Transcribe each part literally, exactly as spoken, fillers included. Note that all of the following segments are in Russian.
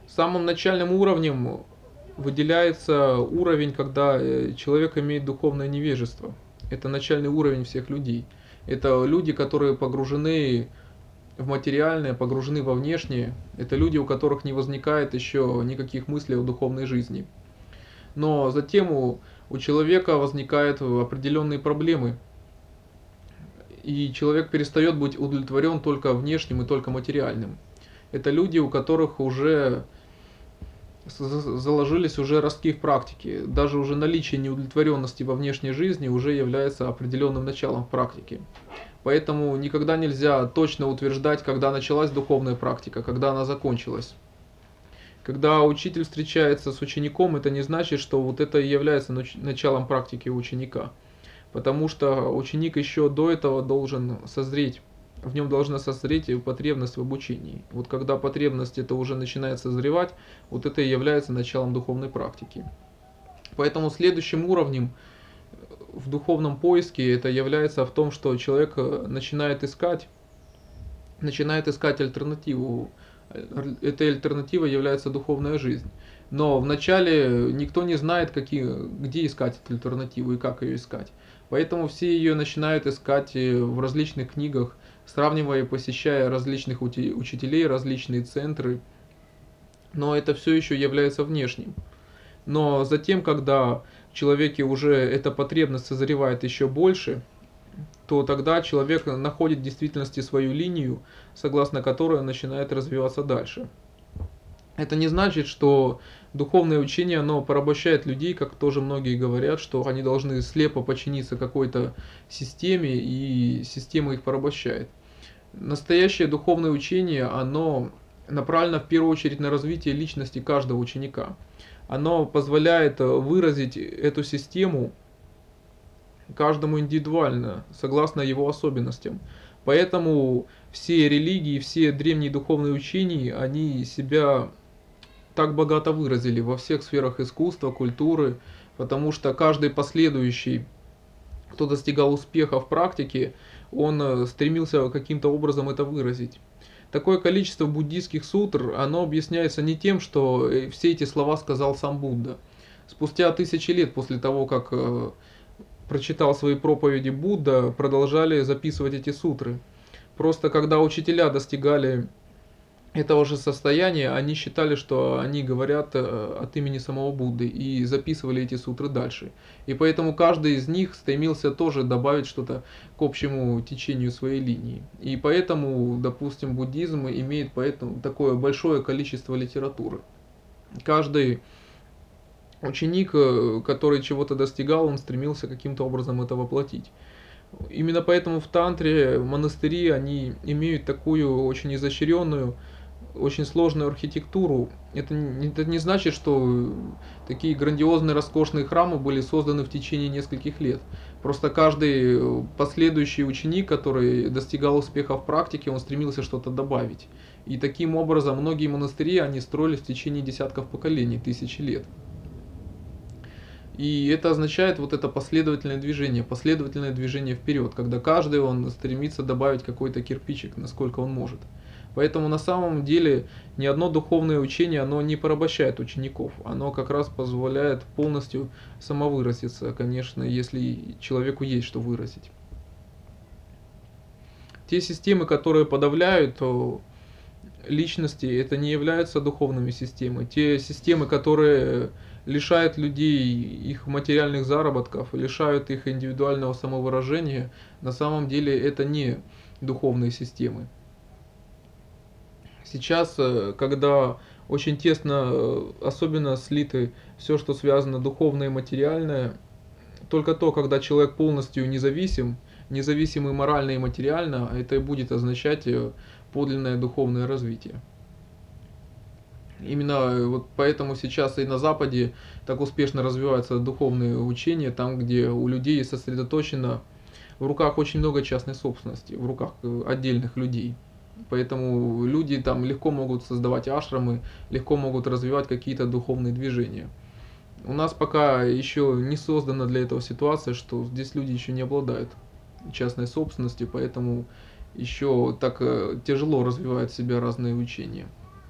Самым начальным уровнем выделяется уровень, когда э, человек имеет духовное невежество. Это начальный уровень всех людей. Это люди, которые погружены в материальное, погружены во внешнее. Это люди, у которых не возникает еще никаких мыслей о духовной жизни. Но затем у, у человека возникают определенные проблемы. И человек перестает быть удовлетворен только внешним и только материальным. Это люди, у которых уже заложились уже ростки в практике. Даже уже наличие неудовлетворенности во внешней жизни уже является определенным началом в практике. Поэтому никогда нельзя точно утверждать, когда началась духовная практика, когда она закончилась. Когда учитель встречается с учеником, это не значит, что вот это и является началом практики ученика. Потому что ученик еще до этого должен созреть. В нем должна созреть потребность в обучении. Вот когда потребность это уже начинает созревать, вот это и является началом духовной практики. Поэтому следующим уровнем в духовном поиске это является в том, что человек начинает искать, начинает искать альтернативу. Этой альтернативой является духовная жизнь. Но вначале никто не знает, какие, где искать эту альтернативу и как ее искать. Поэтому все ее начинают искать в различных книгах, сравнивая и посещая различных учителей, различные центры. Но это все еще является внешним. Но затем, когда в человеке уже эта потребность созревает еще больше, то тогда человек находит в действительности свою линию, согласно которой он начинает развиваться дальше. Это не значит, что духовное учение, оно порабощает людей, как тоже многие говорят, что они должны слепо подчиниться какой-то системе, и система их порабощает. Настоящее духовное учение, оно направлено в первую очередь на развитие личности каждого ученика. Оно позволяет выразить эту систему каждому индивидуально, согласно его особенностям. Поэтому все религии, все древние духовные учения, они себя так богато выразили во всех сферах искусства, культуры, потому что каждый последующий, кто достигал успеха в практике, он стремился каким-то образом это выразить. Такое количество буддийских сутр, оно объясняется не тем, что все эти слова сказал сам Будда. Спустя тысячи лет после того, как прочитал свои проповеди Будда, продолжали записывать эти сутры. Просто когда учителя достигали этого же состояния, они считали, что они говорят от имени самого Будды и записывали эти сутры дальше. И поэтому каждый из них стремился тоже добавить что-то к общему течению своей линии. И поэтому, допустим, буддизм имеет поэтому такое большое количество литературы. Каждый ученик, который чего-то достигал, он стремился каким-то образом это воплотить. Именно поэтому в тантре монастыри, они имеют такую очень изощренную, очень сложную архитектуру. Это, это не значит, что такие грандиозные, роскошные храмы были созданы в течение нескольких лет. Просто каждый последующий ученик, который достигал успеха в практике, он стремился что-то добавить. И таким образом многие монастыри, они строились в течение десятков поколений, тысячи лет. И это означает вот это последовательное движение, последовательное движение вперед, когда каждый он стремится добавить какой-то кирпичик, насколько он может. Поэтому на самом деле ни одно духовное учение, оно не порабощает учеников, оно как раз позволяет полностью самовыразиться, конечно, если человеку есть что выразить. Те системы, которые подавляют личности, это не являются духовными системами. Те системы, которые лишают людей их материальных заработков, лишают их индивидуального самовыражения, на самом деле это не духовные системы. Сейчас, когда очень тесно, особенно слиты все, что связано духовное и материальное, только то, когда человек полностью независим, независимый морально и материально, это и будет означать подлинное духовное развитие. Именно вот поэтому сейчас и на Западе так успешно развиваются духовные учения, там, где у людей сосредоточено в руках очень много частной собственности, в руках отдельных людей. Поэтому люди там легко могут создавать ашрамы, легко могут развивать какие-то духовные движения. У нас пока еще не создана для этого ситуация, что здесь люди еще не обладают частной собственностью, поэтому еще так тяжело развивают себя разные учения.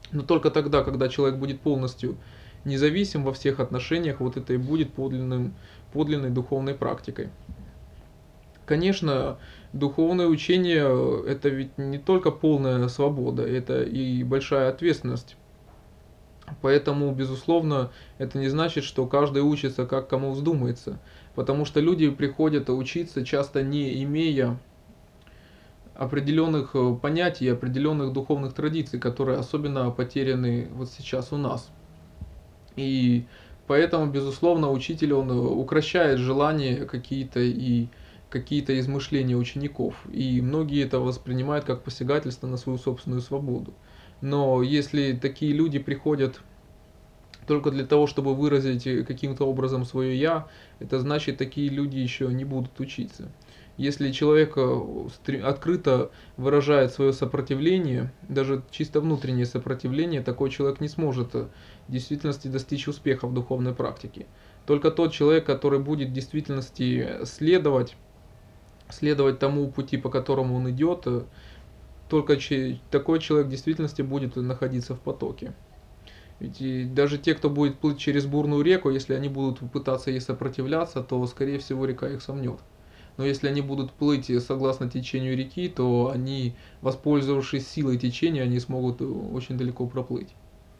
Но только тогда, когда человек будет полностью независим во всех отношениях, вот это и будет подлинным, подлинной духовной практикой. Конечно, духовное учение э, это ведь не только полная свобода, это и большая ответственность. Поэтому, безусловно, это не значит, что каждый учится как кому вздумается, потому что люди приходят учиться, часто не имея определенных э, понятий, определенных духовных традиций, которые особенно потеряны вот сейчас у нас. И поэтому, безусловно, учитель, он э, укращает желания какие-то и какие-то измышления учеников. И многие это воспринимают как посягательство на свою собственную свободу. Но если такие люди приходят только для того, чтобы выразить э, каким-то образом свое «я», это значит, такие люди еще не будут учиться. Если человек э, стре- открыто выражает свое сопротивление, даже чисто внутреннее сопротивление, такой человек не сможет э, в действительности достичь успеха в духовной практике. Только тот человек, который будет в действительности следовать, следовать тому пути, по которому он идет, э, только че- такой человек в действительности будет находиться в потоке. Ведь и даже те, кто будет плыть через бурную реку, если они будут пытаться ей сопротивляться, то, скорее всего, река их сомнет. Но если они будут плыть согласно течению реки, то они, воспользовавшись силой течения, они смогут очень далеко проплыть.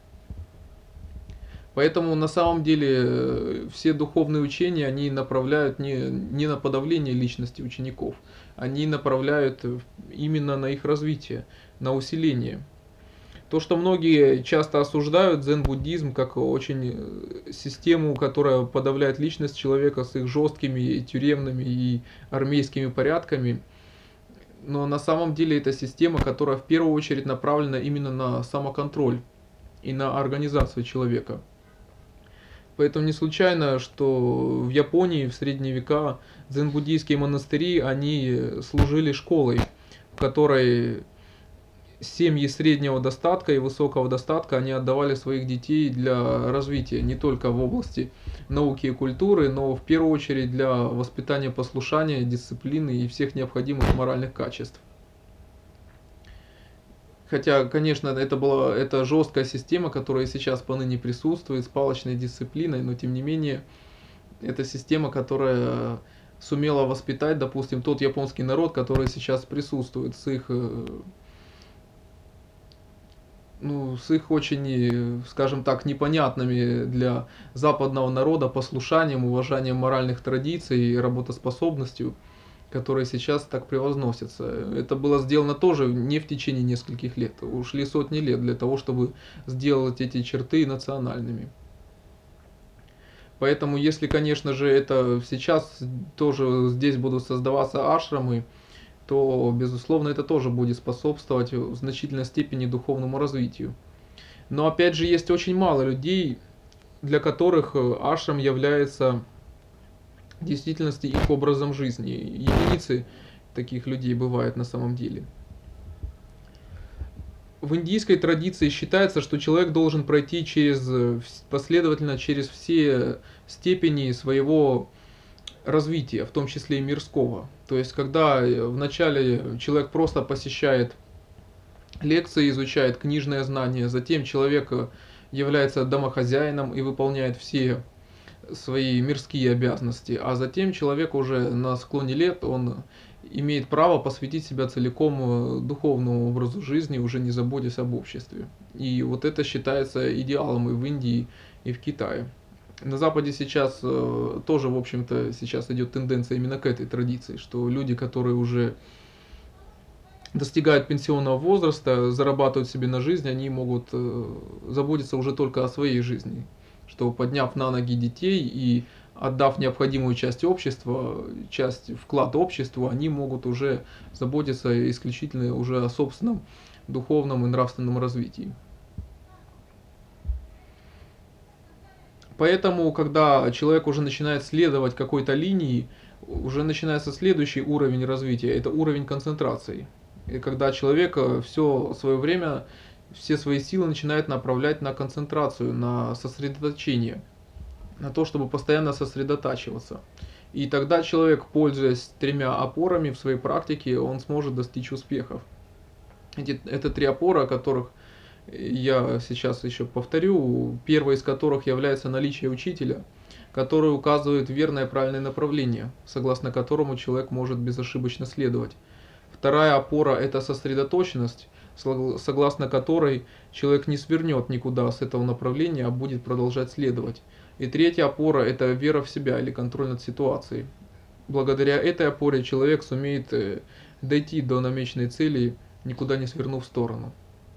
Поэтому на самом деле э, все духовные учения, они направляют не, не на подавление личности учеников, они направляют э, именно на их развитие, на усиление. То, что многие часто осуждают дзен-буддизм как очень э, систему, которая подавляет личность человека с их жесткими тюремными и армейскими порядками, но на самом деле это система, которая в первую очередь направлена именно на самоконтроль и на организацию человека. Поэтому не случайно, что в Японии в средние века дзен-буддийские монастыри, они служили школой, в которой семьи среднего достатка и высокого достатка, они отдавали своих детей для развития не только в области науки и культуры, но в первую очередь для воспитания послушания, дисциплины и всех необходимых моральных качеств. Хотя, конечно, это была это жесткая система, которая сейчас поныне присутствует с палочной дисциплиной, но тем не менее, это система, которая сумела воспитать, допустим, тот японский народ, который сейчас присутствует с их э, ну, с их очень, скажем так, непонятными для западного народа послушанием, уважанием моральных традиций и работоспособностью, которые сейчас так превозносятся. Это было сделано тоже не в течение нескольких лет, ушли сотни лет для того, чтобы сделать эти черты национальными. Поэтому, если, конечно же, это сейчас тоже здесь будут создаваться ашрамы, то, безусловно, это тоже будет способствовать в значительной степени духовному развитию. Но, опять же, есть очень мало людей, для которых ашрам является в действительности их образом жизни. Единицы таких людей бывают на самом деле. В индийской традиции считается, что человек должен пройти через, последовательно через все степени своего развития, в том числе и мирского. То есть, когда вначале человек просто посещает лекции, изучает книжное знание, затем человек является домохозяином и выполняет все свои мирские обязанности, а затем человек уже на склоне лет, он имеет право посвятить себя целиком духовному образу жизни, уже не заботясь об обществе. И вот это считается идеалом и в Индии, и в Китае. На Западе сейчас э, тоже, в общем-то, сейчас идет тенденция именно к этой традиции, что люди, которые уже достигают пенсионного возраста, зарабатывают себе на жизнь, они могут э, заботиться уже только о своей жизни, что подняв на ноги детей и отдав необходимую часть общества, часть вклад обществу, они могут уже заботиться исключительно уже о собственном духовном и нравственном развитии. Поэтому, когда человек уже начинает следовать какой-то линии, уже начинается следующий уровень развития, это уровень концентрации. И когда человек все свое время, все свои силы начинает направлять на концентрацию, на сосредоточение, на то, чтобы постоянно сосредотачиваться. И тогда человек, пользуясь тремя опорами в своей практике, он сможет достичь успехов. Эти, это три опоры, о которых Я сейчас еще повторю, первой из которых является наличие учителя, который указывает верное и правильное направление, согласно которому человек может безошибочно следовать. Вторая опора – это сосредоточенность, согласно которой человек не свернет никуда с этого направления, а будет продолжать следовать. И третья опора – это вера в себя или контроль над ситуацией. Благодаря этой опоре человек сумеет дойти до намеченной цели, никуда не свернув в сторону.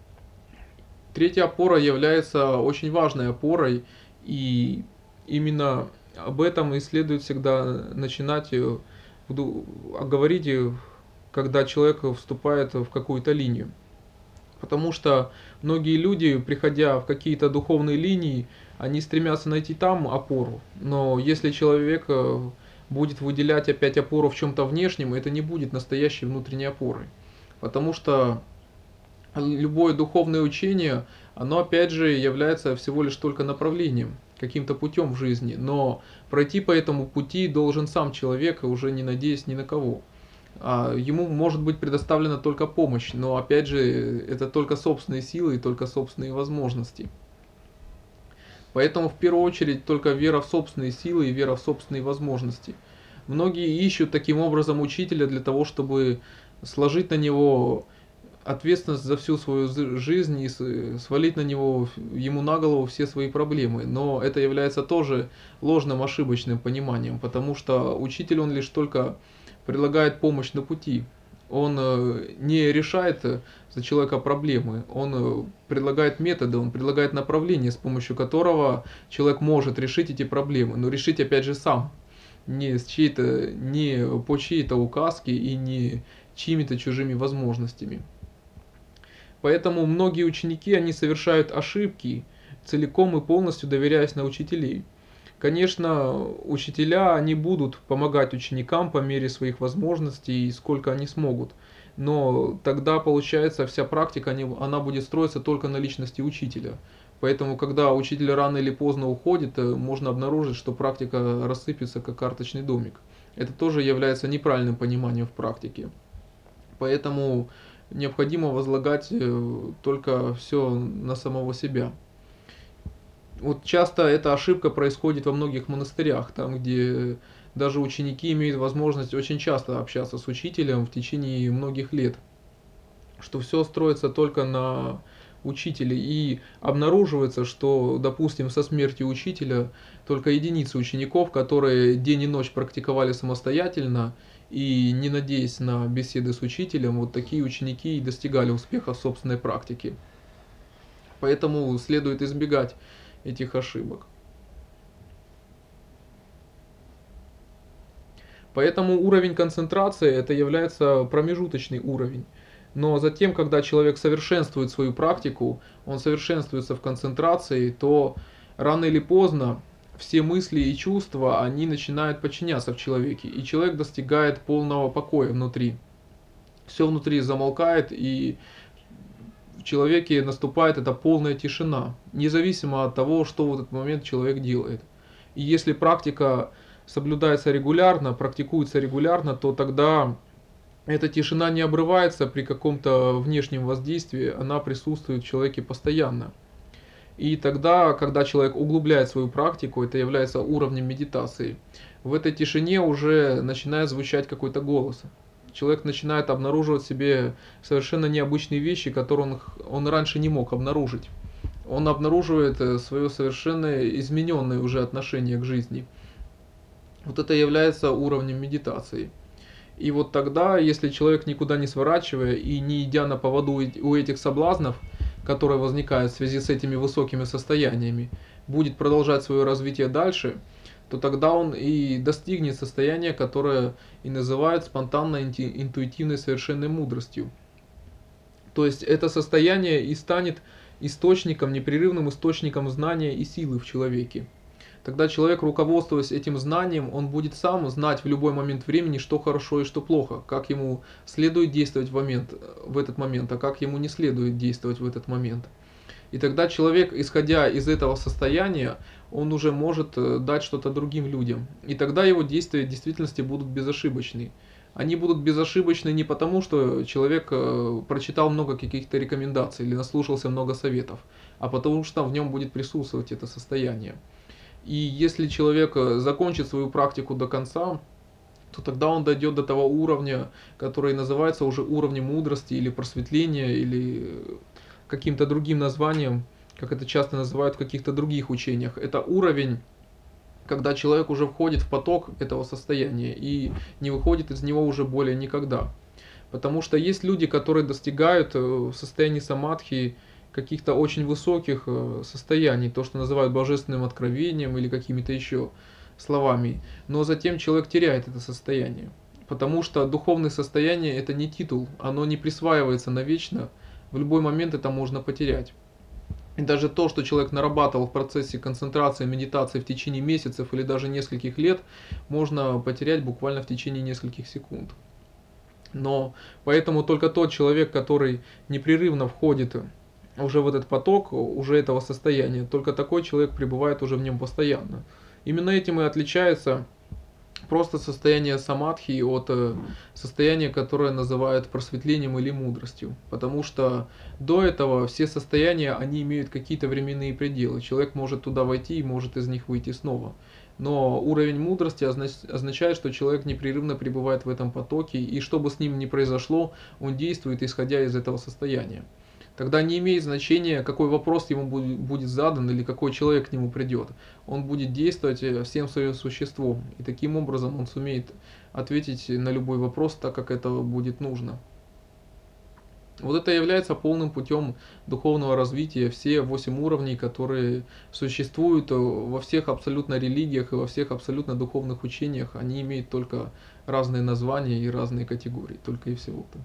Третья опора является очень важной опорой, и именно об этом и следует всегда начинать говорить, когда человек вступает в какую-то линию. Потому что многие люди, приходя в какие-то духовные линии, они стремятся найти там опору. Но если человек будет выделять опять опору в чем-то внешнем, это не будет настоящей внутренней опорой. Потому что любое духовное учение, оно опять же является всего лишь только направлением, каким-то путем в жизни. Но пройти по этому пути должен сам человек, уже не надеясь ни на кого. Ему может быть предоставлена только помощь, но опять же это только собственные силы и только собственные возможности. Поэтому в первую очередь только вера в собственные силы и вера в собственные возможности. Многие ищут таким образом учителя для того, чтобы сложить на него ответственность за всю свою жизнь и свалить на него, ему на голову все свои проблемы. Но это является тоже ложным, ошибочным пониманием, потому что учитель, он лишь только предлагает помощь на пути. Он не решает за человека проблемы, он предлагает методы, он предлагает направление, с помощью которого человек может решить эти проблемы, но решить опять же сам, не, с чьей-то, не по чьей-то указке и не чьими-то чужими возможностями. Поэтому многие ученики, они совершают ошибки, целиком и полностью доверяясь на учителей. Конечно, учителя, они будут помогать ученикам по мере своих возможностей и сколько они смогут. Но тогда, получается, вся практика, она будет строиться только на личности учителя. Поэтому, когда учитель рано или поздно уходит, можно обнаружить, что практика рассыпется, как карточный домик. Это тоже является неправильным пониманием в практике. Поэтому необходимо возлагать только все на самого себя. Вот часто эта ошибка происходит во многих монастырях, там где даже ученики имеют возможность очень часто общаться с учителем в течение многих лет, что все строится только на учителе, и обнаруживается, что, допустим, со смертью учителя только единицы учеников, которые день и ночь практиковали самостоятельно и не надеясь на беседы с учителем, вот такие ученики и достигали успеха в собственной практике. Поэтому следует избегать этих ошибок. Поэтому уровень концентрации это является промежуточный уровень. Но затем, когда человек совершенствует свою практику, он совершенствуется в концентрации, то рано или поздно все мысли и чувства, они начинают подчиняться в человеке, и человек достигает полного покоя внутри. Все внутри замолкает, и в человеке наступает эта полная тишина, независимо от того, что в этот момент человек делает. И если практика соблюдается регулярно, практикуется регулярно, то тогда эта тишина не обрывается при каком-то внешнем воздействии, она присутствует в человеке постоянно. И тогда, когда человек углубляет свою практику, это является уровнем медитации, в этой тишине уже начинает звучать какой-то голос. Человек начинает обнаруживать в себе совершенно необычные вещи, которые он, он раньше не мог обнаружить. Он обнаруживает свое совершенно измененное уже отношение к жизни. Вот это является уровнем медитации. И вот тогда, если человек никуда не сворачивая и не идя на поводу у этих соблазнов, которые возникают в связи с этими высокими состояниями, будет продолжать свое развитие дальше, то тогда он и достигнет состояния, которое и называют спонтанной интуитивной совершенной мудростью. То есть это состояние и станет источником, непрерывным источником знания и силы в человеке. Тогда человек, руководствуясь этим знанием, он будет сам знать в любой момент времени, что хорошо и что плохо, как ему следует действовать в, момент, в этот момент, а как ему не следует действовать в этот момент. И тогда человек, исходя из этого состояния, он уже может дать что-то другим людям. И тогда его действия в действительности будут безошибочны. Они будут безошибочны не потому, что человек э, прочитал много каких-то рекомендаций или наслушался много советов, а потому что в нем будет присутствовать это состояние. И если человек э, закончит свою практику до конца, то тогда он дойдет до того уровня, который называется уже уровнем мудрости или просветления, или каким-то другим названием, как это часто называют в каких-то других учениях. Это уровень, когда человек уже входит в поток этого состояния и не выходит из него уже более никогда. Потому что есть люди, которые достигают в состоянии самадхи каких-то очень высоких состояний, то, что называют божественным откровением или какими-то еще словами, но затем человек теряет это состояние. Потому что духовное состояние это не титул, оно не присваивается навечно, в любой момент это можно потерять. И даже то, что человек нарабатывал в процессе концентрации, медитации в течение месяцев или даже нескольких лет, можно потерять буквально в течение нескольких секунд. Но поэтому только тот человек, который непрерывно входит уже в этот поток, уже этого состояния, только такой человек пребывает уже в нем постоянно. Именно этим и отличается просто состояние самадхи от состояния, которое называют просветлением или мудростью. Потому что до этого все состояния, они имеют какие-то временные пределы. Человек может туда войти и может из них выйти снова. Но уровень мудрости означает, что человек непрерывно пребывает в этом потоке, и что бы с ним ни произошло, он действует, исходя из этого состояния. Тогда не имеет значения, какой вопрос ему будет задан или какой человек к нему придет. Он будет действовать всем своим существом, и таким образом он сумеет ответить на любой вопрос так, как это будет нужно. Вот это является полным путем духовного развития, все восемь уровней, которые существуют во всех абсолютно религиях и во всех абсолютно духовных учениях, они имеют только разные названия и разные категории, только и всего-то.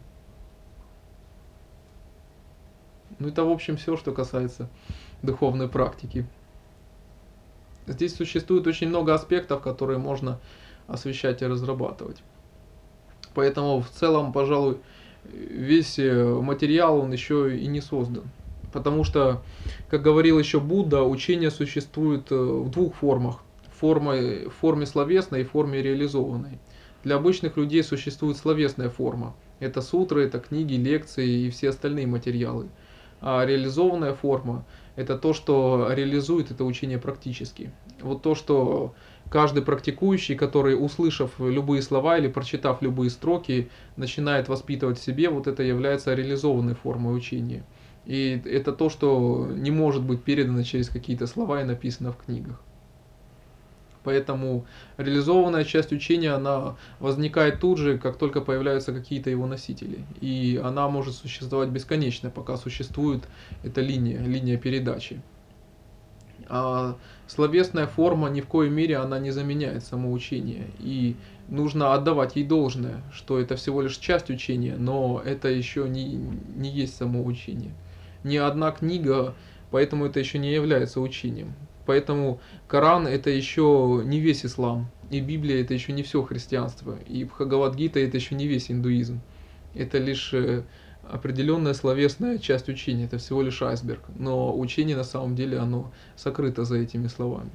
Ну это в общем все, что касается духовной практики. Здесь существует очень много аспектов, которые можно освещать и разрабатывать. Поэтому в целом, пожалуй, весь материал он еще и не создан. Потому что, как говорил еще Будда, учение существует в двух формах. В форме, в форме словесной и в форме реализованной. Для обычных людей существует словесная форма. Это сутры, это книги, лекции и все остальные материалы. А реализованная форма – это то, что реализует это учение практически. Вот то, что каждый практикующий, который, услышав любые слова или прочитав любые строки, начинает воспитывать в себе, вот это является реализованной формой учения. И это то, что не может быть передано через какие-то слова и написано в книгах. Поэтому реализованная часть учения, она возникает тут же, как только появляются какие-то его носители. И она может существовать бесконечно, пока существует эта линия, линия передачи. А словесная форма ни в коей мере она не заменяет само учение. И нужно отдавать ей должное, что это всего лишь часть учения, но это еще не, не есть само учение. Ни одна книга, поэтому это еще не является учением. Поэтому Коран это еще не весь ислам, и Библия это еще не все христианство, и Бхагавад-гита это еще не весь индуизм. Это лишь определенная словесная часть учения, это всего лишь айсберг. Но учение на самом деле оно сокрыто за этими словами.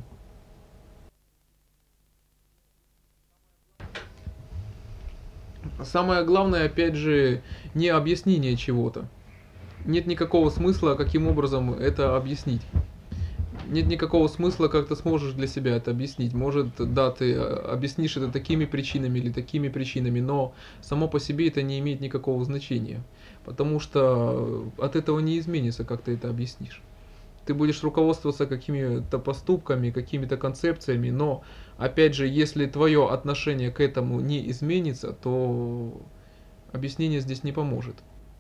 Самое главное, опять же, не объяснение чего-то. Нет никакого смысла, каким образом это объяснить. Нет никакого смысла, как ты сможешь для себя это объяснить. Может, да, ты объяснишь это такими причинами или такими причинами, но само по себе это не имеет никакого значения. Потому что от этого не изменится, как ты это объяснишь. Ты будешь руководствоваться какими-то поступками, какими-то концепциями, но, опять же, если твое отношение к этому не изменится, то объяснение здесь не поможет.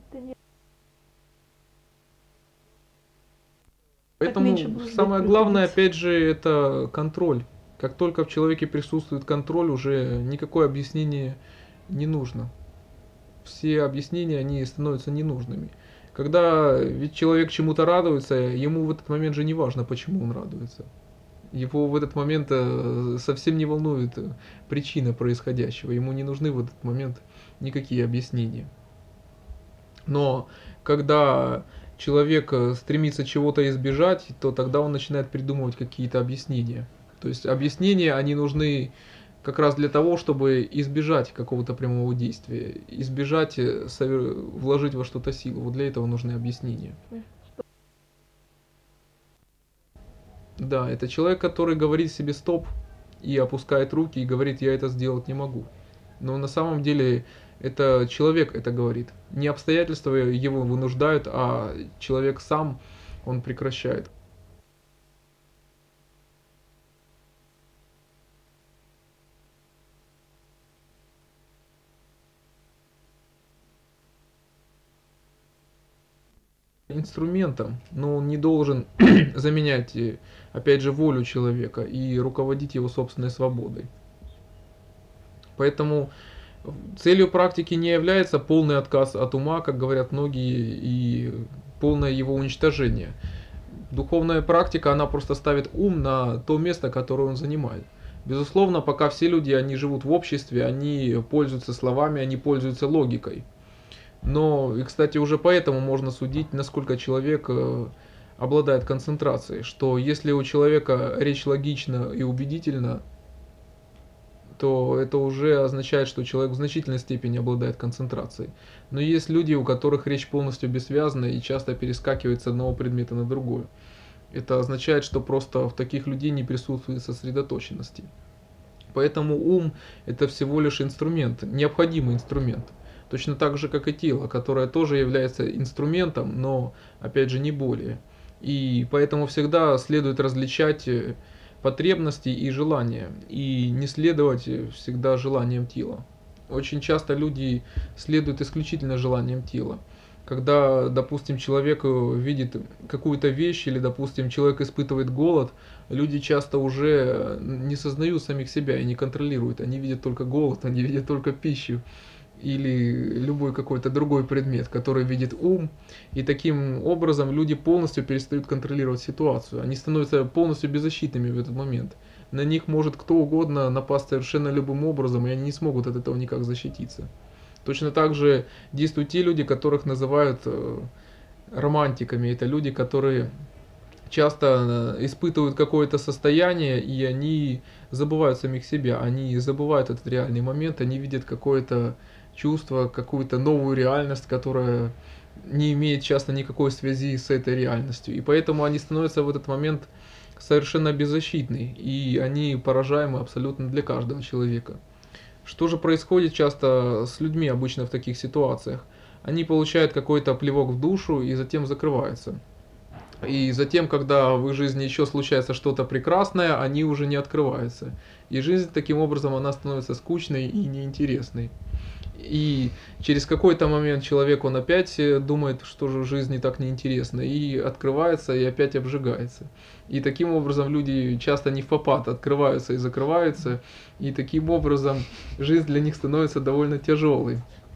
Поэтому самое главное, опять же, это контроль. Как только в человеке присутствует контроль, уже никакое объяснение не нужно. Все объяснения, они становятся ненужными. Когда ведь человек чему-то радуется, ему в этот момент же не важно, почему он радуется. Его в этот момент совсем не волнует причина происходящего. Ему не нужны в этот момент никакие объяснения. Но когда человек стремится чего-то избежать, то тогда он начинает придумывать какие-то объяснения. То есть объяснения, они нужны как раз для того, чтобы избежать какого-то прямого действия, избежать э, совер- вложить во что-то силу. Вот для этого нужны объяснения. Да, это человек, который говорит себе стоп и опускает руки и говорит, я это сделать не могу. Но на самом деле это человек это говорит. Не обстоятельства его вынуждают, а человек сам, он прекращает. Инструментом, но он не должен заменять, э, опять же, волю человека и руководить его собственной свободой. Поэтому целью практики не является полный отказ от ума, как говорят многие, и полное его уничтожение. Духовная практика, она просто ставит ум на то место, которое он занимает. Безусловно, пока все люди, они живут в обществе, они пользуются словами, они пользуются логикой. Но, и, кстати, уже поэтому можно судить, насколько человек э, обладает концентрацией. Что если у человека речь логична и убедительна, то это уже означает, что человек в значительной степени обладает концентрацией. Но есть люди, у которых речь полностью бессвязна и часто перескакивает с одного предмета на другой. Это означает, что просто в таких людей не присутствует сосредоточенности. Поэтому ум это всего лишь инструмент, необходимый инструмент. Точно так же, как и тело, которое тоже является инструментом, но опять же не более. И поэтому всегда следует различать э, потребности и желания, и не следовать э, всегда желаниям тела. Очень часто люди следуют исключительно желаниям тела. Когда, допустим, человек э, видит какую-то вещь, или, допустим, человек испытывает голод, люди часто уже не сознают самих себя и не контролируют. Они видят только голод, они видят только пищу или любой какой-то другой предмет, который видит ум. И таким образом люди полностью перестают контролировать ситуацию. Они становятся полностью беззащитными в этот момент. На них может кто угодно напасть совершенно любым образом, и они не смогут от этого никак защититься. Точно так же действуют те люди, которых называют э, романтиками. Это люди, которые часто э, испытывают какое-то состояние, и они забывают самих себя, они забывают этот реальный момент, они видят какое-то чувство, какую-то новую реальность, которая не имеет часто никакой связи с этой реальностью. И поэтому они становятся в этот момент совершенно беззащитны, и они поражаемы абсолютно для каждого человека. Что же происходит часто с людьми обычно в таких ситуациях? Они получают какой-то плевок в душу и затем закрываются. И затем, когда в их жизни еще случается что-то прекрасное, они уже не открываются. И жизнь таким образом она становится скучной и неинтересной. И через какой-то момент человек, он опять думает, что же жизнь не так неинтересна, и открывается, и опять обжигается. И таким образом люди часто не впопад открываются и закрываются, и таким образом жизнь для них становится довольно тяжелой.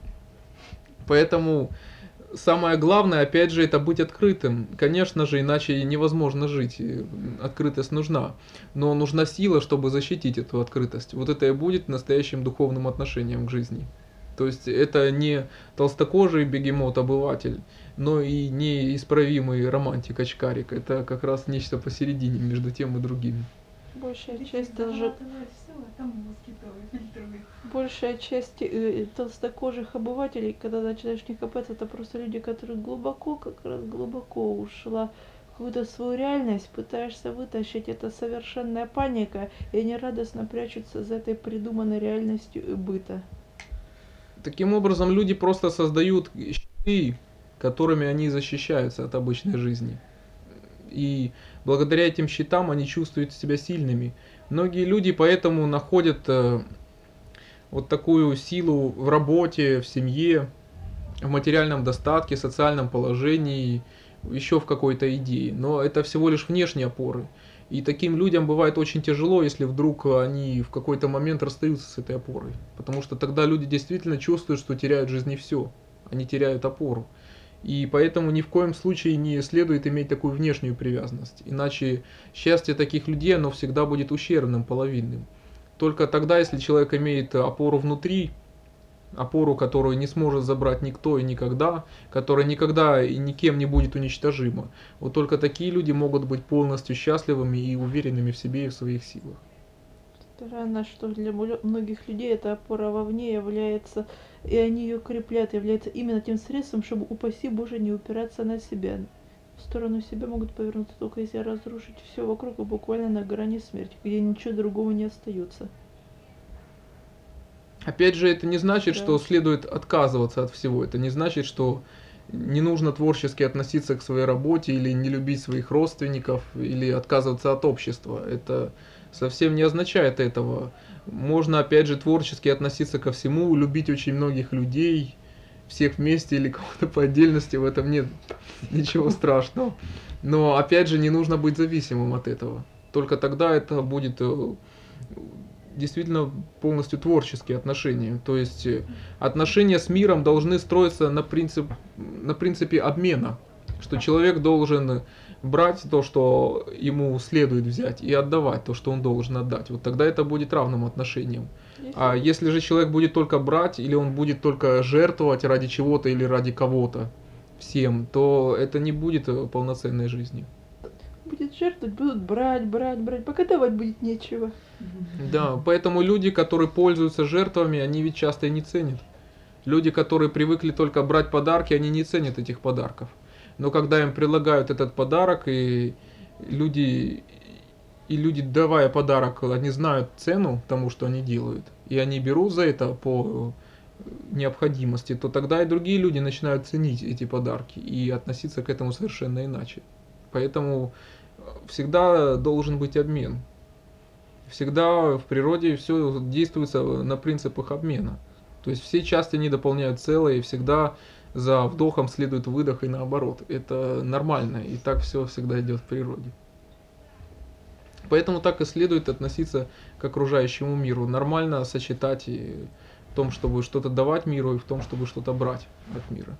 Поэтому самое главное, опять же, это быть открытым. Конечно же, иначе невозможно жить. Открытость нужна. Но нужна сила, чтобы защитить эту открытость. Вот это и будет настоящим духовным отношением к жизни. То есть это не толстокожий бегемот-обыватель, но и неисправимый романтик-очкарик. Это как раз нечто посередине между тем и другим. Большая часть даже... Большая часть э, толстокожих обывателей, когда начинаешь в них копаться, это просто люди, которые глубоко, как раз глубоко ушла в какую-то свою реальность, пытаешься вытащить, это совершенная паника, и они радостно прячутся за этой придуманной реальностью быта. Таким образом, люди просто создают щиты, которыми они защищаются от обычной жизни. И благодаря этим щитам они чувствуют себя сильными. Многие люди поэтому находят э, вот такую силу в работе, в семье, в материальном достатке, социальном положении, еще в какой-то идее. Но это всего лишь внешние опоры. И таким людям бывает очень тяжело, если вдруг они в какой-то момент расстаются с этой опорой. Потому что тогда люди действительно чувствуют, что теряют в жизни все. Они теряют опору. И поэтому ни в коем случае не следует иметь такую внешнюю привязанность. Иначе счастье таких людей, оно всегда будет ущербным, половинным. Только тогда, если человек имеет опору внутри, опору, которую не сможет забрать никто и никогда, которая никогда и никем не будет уничтожима. Вот только такие люди могут быть полностью счастливыми и уверенными в себе и в своих силах. Странно, что для мулё- многих людей эта опора вовне является, и они ее крепляют, является именно тем средством, чтобы, упаси Боже, не упираться на себя. В сторону себя могут повернуться только если разрушить все вокруг и буквально на грани смерти, где ничего другого не остается. Опять же, это не значит, Да. что следует отказываться от всего. Это не значит, что не нужно творчески относиться к своей работе или не любить своих родственников или отказываться от общества. Это совсем не означает этого. Можно, опять же, творчески относиться ко всему, любить очень многих людей, всех вместе или кого-то по отдельности, в этом нет ничего страшного. Но, опять же, не нужно быть зависимым от этого. Только тогда это будет э, действительно полностью творческие отношения. То есть э, отношения с миром должны строиться на, принцип, на принципе обмена. Что человек должен брать то, что ему следует взять, и отдавать то, что он должен отдать. Вот тогда это будет равным отношением. А если же человек будет только брать, или он будет только жертвовать ради чего-то или ради кого-то всем, то это не будет э, полноценной жизнью. Будет жертвовать, будут брать, брать, брать, пока давать будет нечего. Да, поэтому люди, которые пользуются жертвами, они ведь часто и не ценят. Люди, которые привыкли только брать подарки, они не ценят этих подарков. Но когда им предлагают этот подарок, и люди, и люди, давая подарок, они знают цену тому, что они делают, и они берут за это по необходимости, то тогда и другие люди начинают ценить эти подарки и относиться к этому совершенно иначе. Поэтому всегда должен быть обмен. Всегда в природе все действуется на принципах обмена. То есть все части не дополняют целое, и всегда за вдохом следует выдох и наоборот. Это нормально, и так все всегда идет в природе. Поэтому так и следует относиться к окружающему миру. Нормально сочетать и в том, чтобы что-то давать миру, и в том, чтобы что-то брать от мира.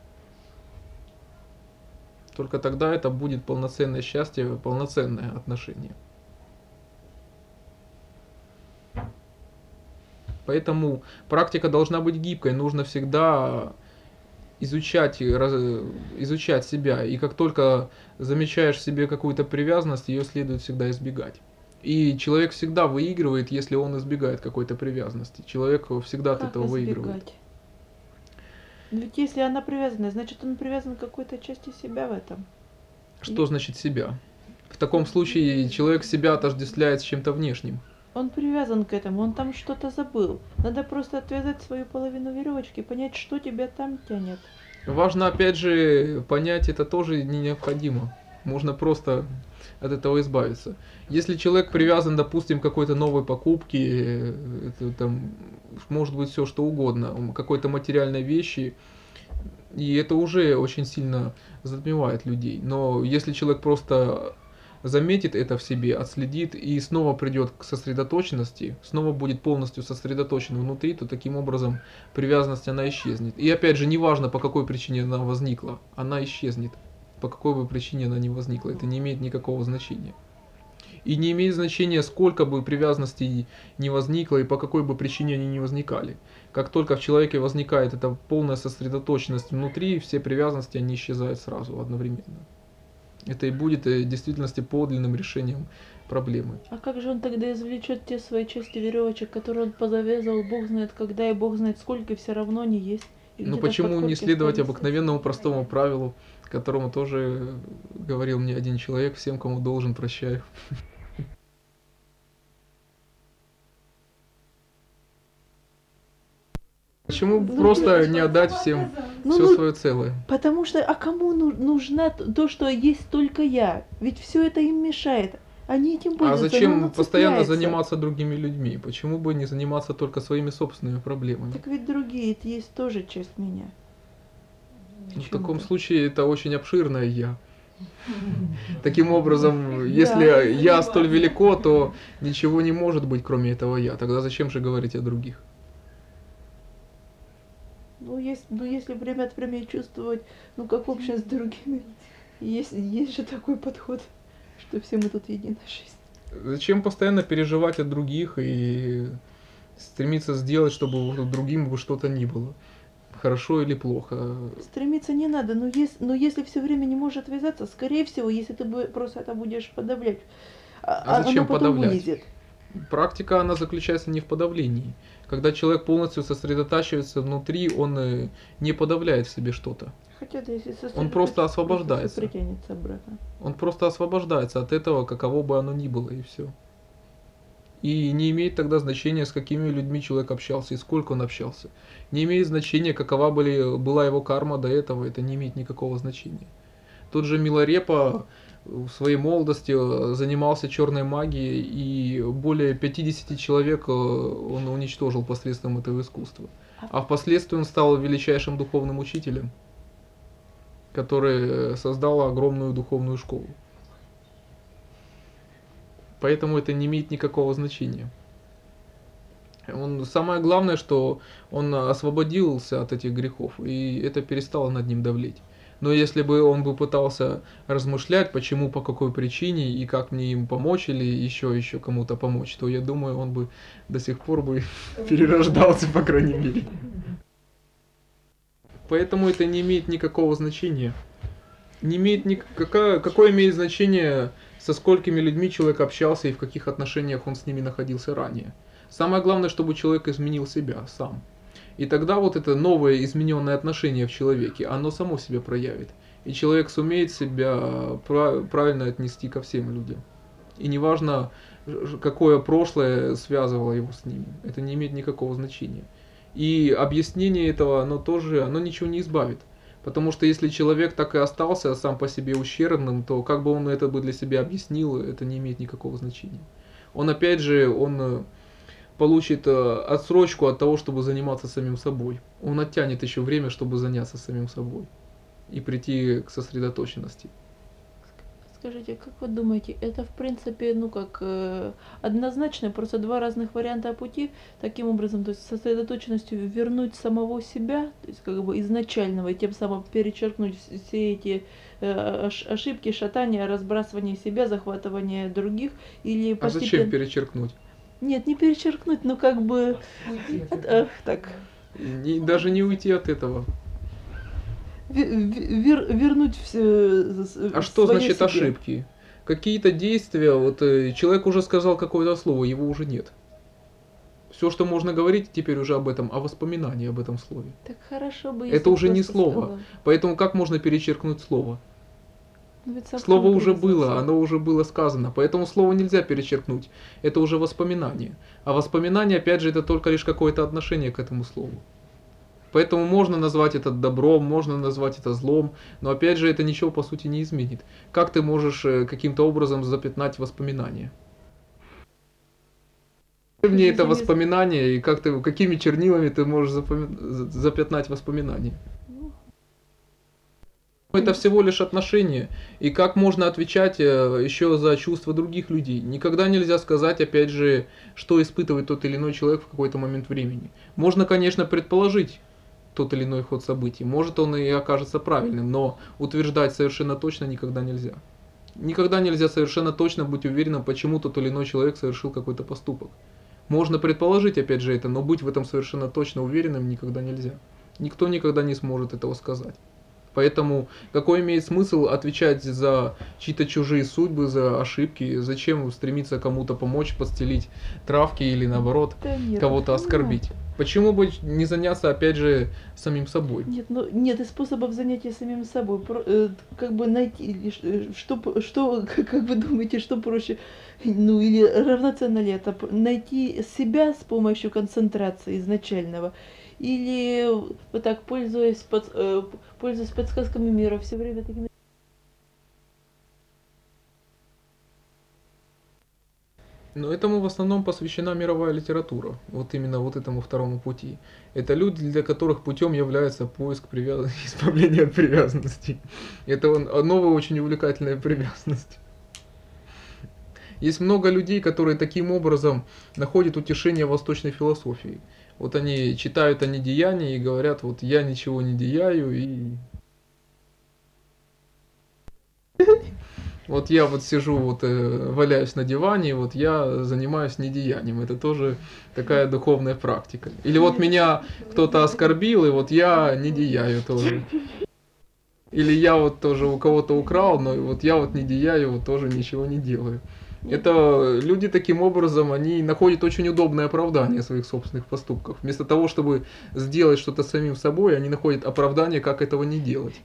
Только тогда это будет полноценное счастье, полноценное отношение. Поэтому практика должна быть гибкой, нужно всегда изучать, изучать себя. И как только замечаешь в себе какую-то привязанность, ее следует всегда избегать. И человек всегда выигрывает, если он избегает какой-то привязанности. Человек всегда от Как этого выигрывает. избегать? Ведь если она привязана, значит он привязан к какой-то части себя в этом. Что И... значит себя? В таком случае человек себя отождествляет с чем-то внешним. Он привязан к этому, он там что-то забыл. Надо просто отвязать свою половину веревочки, понять, что тебя там тянет. Важно, опять же, понять это тоже не необходимо. Можно просто от этого избавиться. Если человек привязан, допустим, к какой-то новой покупке, это там может быть все что угодно, какой-то материальной вещи, и это уже очень сильно затмевает людей. Но если человек просто заметит это в себе, отследит и снова придет к сосредоточенности, снова будет полностью сосредоточен внутри, то таким образом привязанность она исчезнет. И опять же, неважно по какой причине она возникла, она исчезнет. По какой бы причине она не возникла, это не имеет никакого значения. И не имеет значения, сколько бы привязанностей не возникло и по какой бы причине они не возникали. Как только в человеке возникает эта полная сосредоточенность внутри, все привязанности они исчезают сразу, одновременно. Это и будет в действительности подлинным решением проблемы. А как же он тогда извлечет те свои части веревочек, которые он позавязывал, Бог знает когда и Бог знает сколько, и все равно не есть? Ну почему не следовать обыкновенному простому правилу, которому тоже говорил мне один человек: всем, кому должен, прощаю. Почему ну, просто не отдать всем ну, все ну, свое целое? Потому что, а кому нужна то, что есть только я? Ведь все это им мешает. Они этим пользуются. А зачем постоянно заниматься другими людьми? Почему бы не заниматься только своими собственными проблемами? Так ведь другие, это есть тоже часть меня. Ну, в таком случае это очень обширное я. Таким образом, если я столь велико, то ничего не может быть, кроме этого я. Тогда зачем же говорить о других? Ну, есть, ну, если время от времени чувствовать, ну, как общность с другими, есть, есть же такой подход, что все мы тут единая жизнь. Зачем постоянно переживать о других и стремиться сделать, чтобы другим бы что-то ни было? Хорошо или плохо? Стремиться не надо, но, есть, но если все время не может отвязаться, скорее всего, если ты просто это будешь подавлять, а, а зачем оно потом подавлять? вылезет. Практика, она заключается не в подавлении. Когда человек полностью сосредотачивается внутри, он э, не подавляет в себе что-то. Хотя, да, если Он просто сосредоточиться, просто всё освобождается. притянется обратно. Он просто освобождается от этого, каково бы оно ни было, и все. И не имеет тогда значения, с какими людьми человек общался и сколько он общался. Не имеет значения, какова были, была его карма до этого, это не имеет никакого значения. Тот же Миларепа в своей молодости занимался черной магией, и более пятидесяти человек он уничтожил посредством этого искусства. А впоследствии он стал величайшим духовным учителем, который создал огромную духовную школу. Поэтому это не имеет никакого значения. Он, самое главное, что он освободился от этих грехов, и это перестало над ним давлеть. Но если бы он бы пытался размышлять, почему, по какой причине, и как мне им помочь, или еще, еще кому-то помочь, то я думаю, он бы до сих пор бы перерождался, по крайней мере. Поэтому это не имеет никакого значения. Не имеет ни... какое, какое имеет значение, со сколькими людьми человек общался и в каких отношениях он с ними находился ранее. Самое главное, чтобы человек изменил себя сам. И тогда вот это новое измененное отношение в человеке, оно само себя проявит. И человек сумеет себя правильно отнести ко всем людям. И неважно, какое прошлое связывало его с ними, это не имеет никакого значения. И объяснение этого, оно тоже, оно ничего не избавит. Потому что если человек так и остался сам по себе ущербным, то как бы он это бы для себя объяснил, это не имеет никакого значения. Он опять же, он получит отсрочку от того, чтобы заниматься самим собой. Он оттянет еще время, чтобы заняться самим собой и прийти к сосредоточенности. Скажите, как вы думаете, это в принципе, ну как, э, однозначно, просто два разных варианта пути, таким образом, то есть сосредоточенностью вернуть самого себя, то есть как бы изначального, и тем самым перечеркнуть все эти э, ошибки, шатания, разбрасывание себя, захватывание других, или А постепенно... зачем перечеркнуть? Нет, не перечеркнуть, но как бы... От, э, так. Не, даже не уйти от этого. Вер, вернуть все. А что значит себе. Ошибки? Какие-то действия, вот человек уже сказал какое-то слово, его уже нет. Все, что можно говорить теперь уже об этом, о воспоминании об этом слове. Так хорошо бы. Это уже не слово. Сказал. Поэтому как можно перечеркнуть слово? Ведь слово уже было, оно уже было сказано, поэтому слово нельзя перечеркнуть. Это уже воспоминание. А воспоминание, опять же, это только лишь какое-то отношение к этому слову. Поэтому можно назвать это добром, можно назвать это злом, но опять же это ничего по сути не изменит. Как ты можешь каким-то образом запятнать воспоминания? Мне это воспоминание, и как ты, какими чернилами ты можешь запоми... запятнать воспоминания? Это всего лишь отношения. И как можно отвечать еще за чувства других людей? Никогда нельзя сказать, опять же, что испытывает тот или иной человек в какой-то момент времени. Можно, конечно, предположить тот или иной ход событий. Может, он и окажется правильным, но утверждать совершенно точно никогда нельзя. Никогда нельзя совершенно точно быть уверенным, почему тот или иной человек совершил какой-то поступок. Можно предположить, опять же, это, но быть в этом совершенно точно уверенным никогда нельзя. Никто никогда не сможет этого сказать. Поэтому какой имеет смысл отвечать за чьи-то чужие судьбы, за ошибки? Зачем стремиться кому-то помочь, подстелить травки или наоборот кого-то оскорбить? Почему бы не заняться опять же самим собой? Нет, ну нет и способов занятия самим собой. Про, э, как бы найти, что, что, как вы думаете, что проще, ну или равноценно ли это, найти себя с помощью концентрации изначального? Или вот так, пользуясь, под, э, пользуясь подсказками мира, все время такими... Но этому в основном посвящена мировая литература, вот именно вот этому второму пути. Это люди, для которых путем является поиск привязанности, избавления от привязанности. Это новая очень увлекательная привязанность. Есть много людей, которые таким образом находят утешение в восточной философии. Вот они читают о недеянии и говорят, вот я ничего не деяю, и вот я вот сижу, вот э, валяюсь на диване, вот я занимаюсь недеянием. Это тоже такая духовная практика. Или вот меня кто-то оскорбил, и вот я не деяю тоже. Или я вот тоже у кого-то украл, но вот я вот не деяю, вот тоже ничего не делаю. Это люди таким образом, они находят очень удобное оправдание своих собственных поступков. Вместо того, чтобы сделать что-то самим собой, они находят оправдание, как этого не делать.